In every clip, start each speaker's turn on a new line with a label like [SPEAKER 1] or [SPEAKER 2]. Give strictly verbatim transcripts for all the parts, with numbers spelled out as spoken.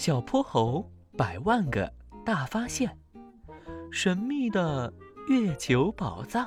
[SPEAKER 1] 小泼猴百万个大发现，神秘的月球宝藏。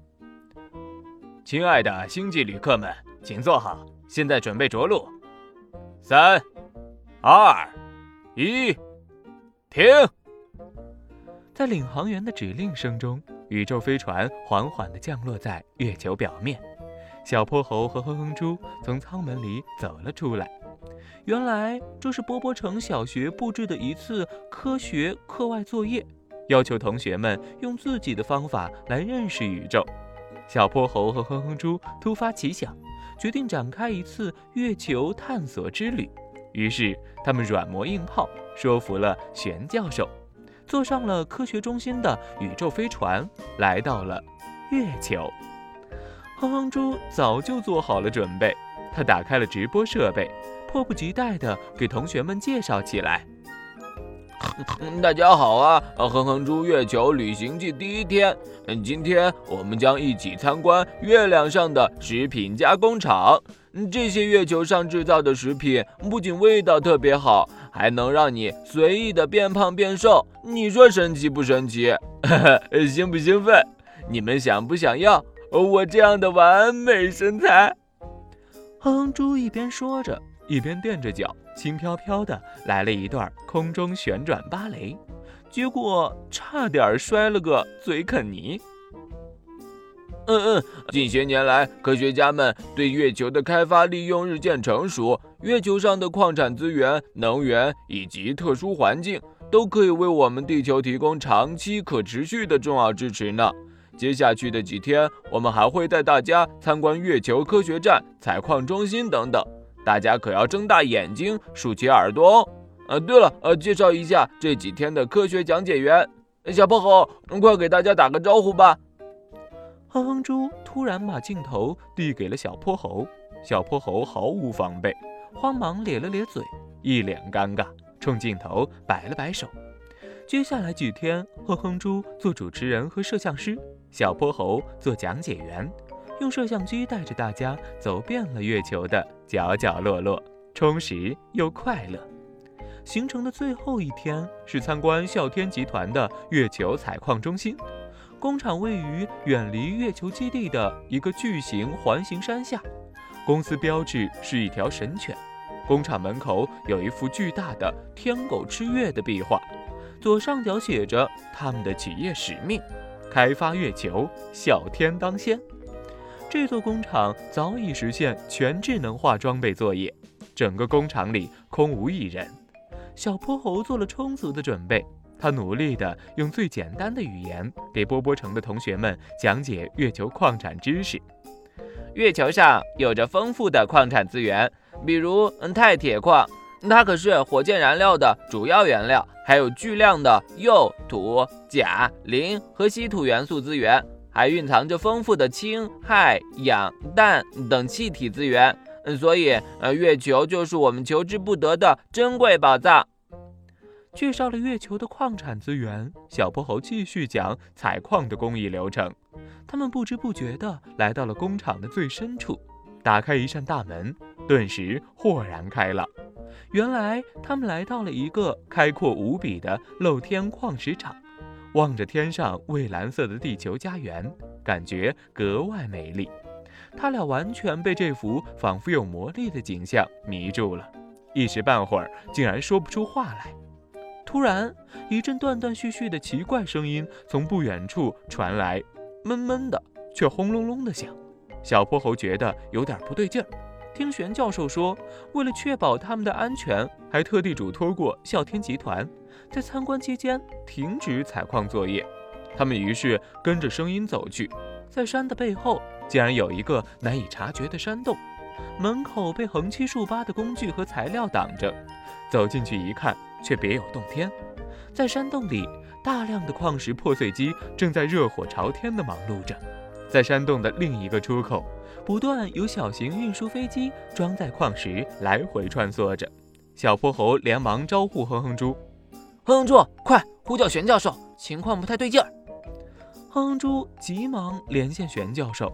[SPEAKER 2] 亲爱的星际旅客们，请坐好，现在准备着陆。三、二、一，停！
[SPEAKER 1] 在领航员的指令声中，宇宙飞船缓缓地降落在月球表面。小泼猴和哼哼猪从舱门里走了出来。原来这是波波城小学布置的一次科学课外作业，要求同学们用自己的方法来认识宇宙。小泼猴和哼哼猪突发奇想，决定展开一次月球探索之旅。于是他们软磨硬泡，说服了玄教授，坐上了科学中心的宇宙飞船，来到了月球。哼哼猪早就做好了准备，他打开了直播设备，迫不及待地给同学们介绍起来。
[SPEAKER 3] 大家好啊，哼哼猪月球旅行记第一天，今天我们将一起参观月亮上的食品加工厂。这些月球上制造的食品不仅味道特别好，还能让你随意的变胖变瘦，你说神奇不神奇？兴不兴奋？你们想不想要我这样的完美身材？
[SPEAKER 1] 哼哼猪一边说着，一边垫着脚，轻飘飘的来了一段空中旋转芭蕾，结果差点摔了个嘴啃泥。
[SPEAKER 3] 嗯嗯，近些年来，科学家们对月球的开发利用日渐成熟，月球上的矿产资源、能源以及特殊环境，都可以为我们地球提供长期可持续的重要支持呢。接下去的几天，我们还会带大家参观月球科学站、采矿中心等等，大家可要睁大眼睛，竖起耳朵哦。呃，对了，呃，介绍一下这几天的科学讲解员，小泼猴，快给大家打个招呼吧。
[SPEAKER 1] 哼哼猪突然把镜头递给了小泼猴，小泼猴毫无防备，慌忙咧了咧嘴，一脸尴尬，冲镜头摆了摆手。接下来几天，哼哼猪做主持人和摄像师，小泼猴做讲解员，用摄像机带着大家走遍了月球的角角落落，充实又快乐。行程的最后一天是参观哮天集团的月球采矿中心。工厂位于远离月球基地的一个巨型环形山下，公司标志是一条神犬。工厂门口有一幅巨大的天狗吃月的壁画，左上角写着他们的企业使命：开发月球，哮天当先。这座工厂早已实现全智能化装备作业，整个工厂里空无一人。小泼猴做了充足的准备，他努力地用最简单的语言给波波城的同学们讲解月球矿产知识。
[SPEAKER 3] 月球上有着丰富的矿产资源，比如钛铁矿，它可是火箭燃料的主要原料，还有巨量的铀、土、钾、磷和稀土元素资源，还蕴藏着丰富的氢、氦、氧、氮等气体资源。所以，呃，月球就是我们求之不得的珍贵宝藏。
[SPEAKER 1] 介绍了月球的矿产资源，小泼猴继续讲采矿的工艺流程。他们不知不觉地来到了工厂的最深处，打开一扇大门，顿时豁然开朗。原来他们来到了一个开阔无比的露天矿石场，望着天上蔚蓝色的地球家园，感觉格外美丽。他俩完全被这幅仿佛有魔力的景象迷住了，一时半会儿竟然说不出话来。突然，一阵断断续续的奇怪声音从不远处传来，闷闷的，却轰隆隆的响。小泼猴觉得有点不对劲儿，听玄教授说，为了确保他们的安全，还特地嘱托过哮天集团，在参观期间停止采矿作业。他们于是跟着声音走去，在山的背后竟然有一个难以察觉的山洞，门口被横七竖八的工具和材料挡着。走进去一看，却别有洞天。在山洞里，大量的矿石破碎机正在热火朝天地忙碌着。在山洞的另一个出口，不断有小型运输飞机装载矿石来回穿梭着。小泼猴连忙招呼哼哼猪：“
[SPEAKER 3] 哼哼猪，快呼叫玄教授，情况不太对劲儿。”
[SPEAKER 1] 哼哼猪急忙连线玄教授。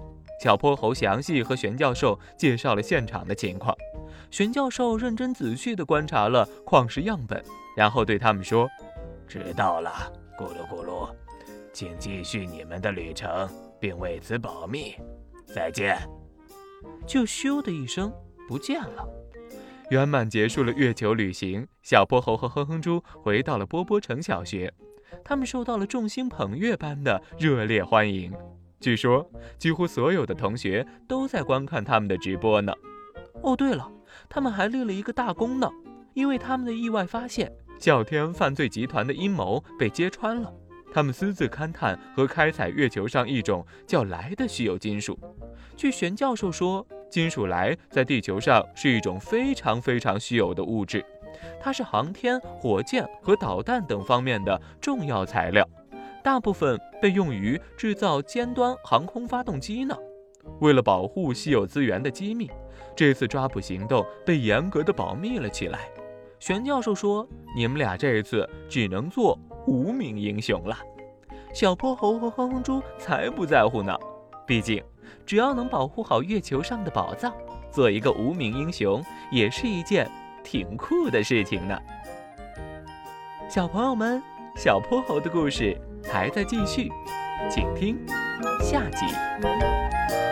[SPEAKER 1] 小泼猴详细和玄教授介绍了现场的情况。玄教授认真仔细地观察了矿石样本，然后对他们说：“
[SPEAKER 3] 知道了，咕噜咕噜，请继续你们的旅程，并为此保密。再见。”
[SPEAKER 1] 就咻的一声不见了。圆满结束了月球旅行，小泼猴和哼哼猪回到了波波城小学，他们受到了众星捧月般的热烈欢迎。据说，几乎所有的同学都在观看他们的直播呢。哦，对了，他们还立了一个大功呢，因为他们的意外发现，哮天犯罪集团的阴谋被揭穿了。他们私自勘探和开采月球上一种叫氖的稀有金属。据玄教授说，金属氖在地球上是一种非常非常稀有的物质，它是航天、火箭和导弹等方面的重要材料，大部分被用于制造尖端航空发动机呢。为了保护稀有资源的机密，这次抓捕行动被严格的保密了起来。玄教授说：“你们俩这一次只能做无名英雄了。”小泼猴和哼哼猪才不在乎呢，毕竟只要能保护好月球上的宝藏，做一个无名英雄也是一件挺酷的事情呢。小朋友们，小泼猴的故事还在继续，请听下集。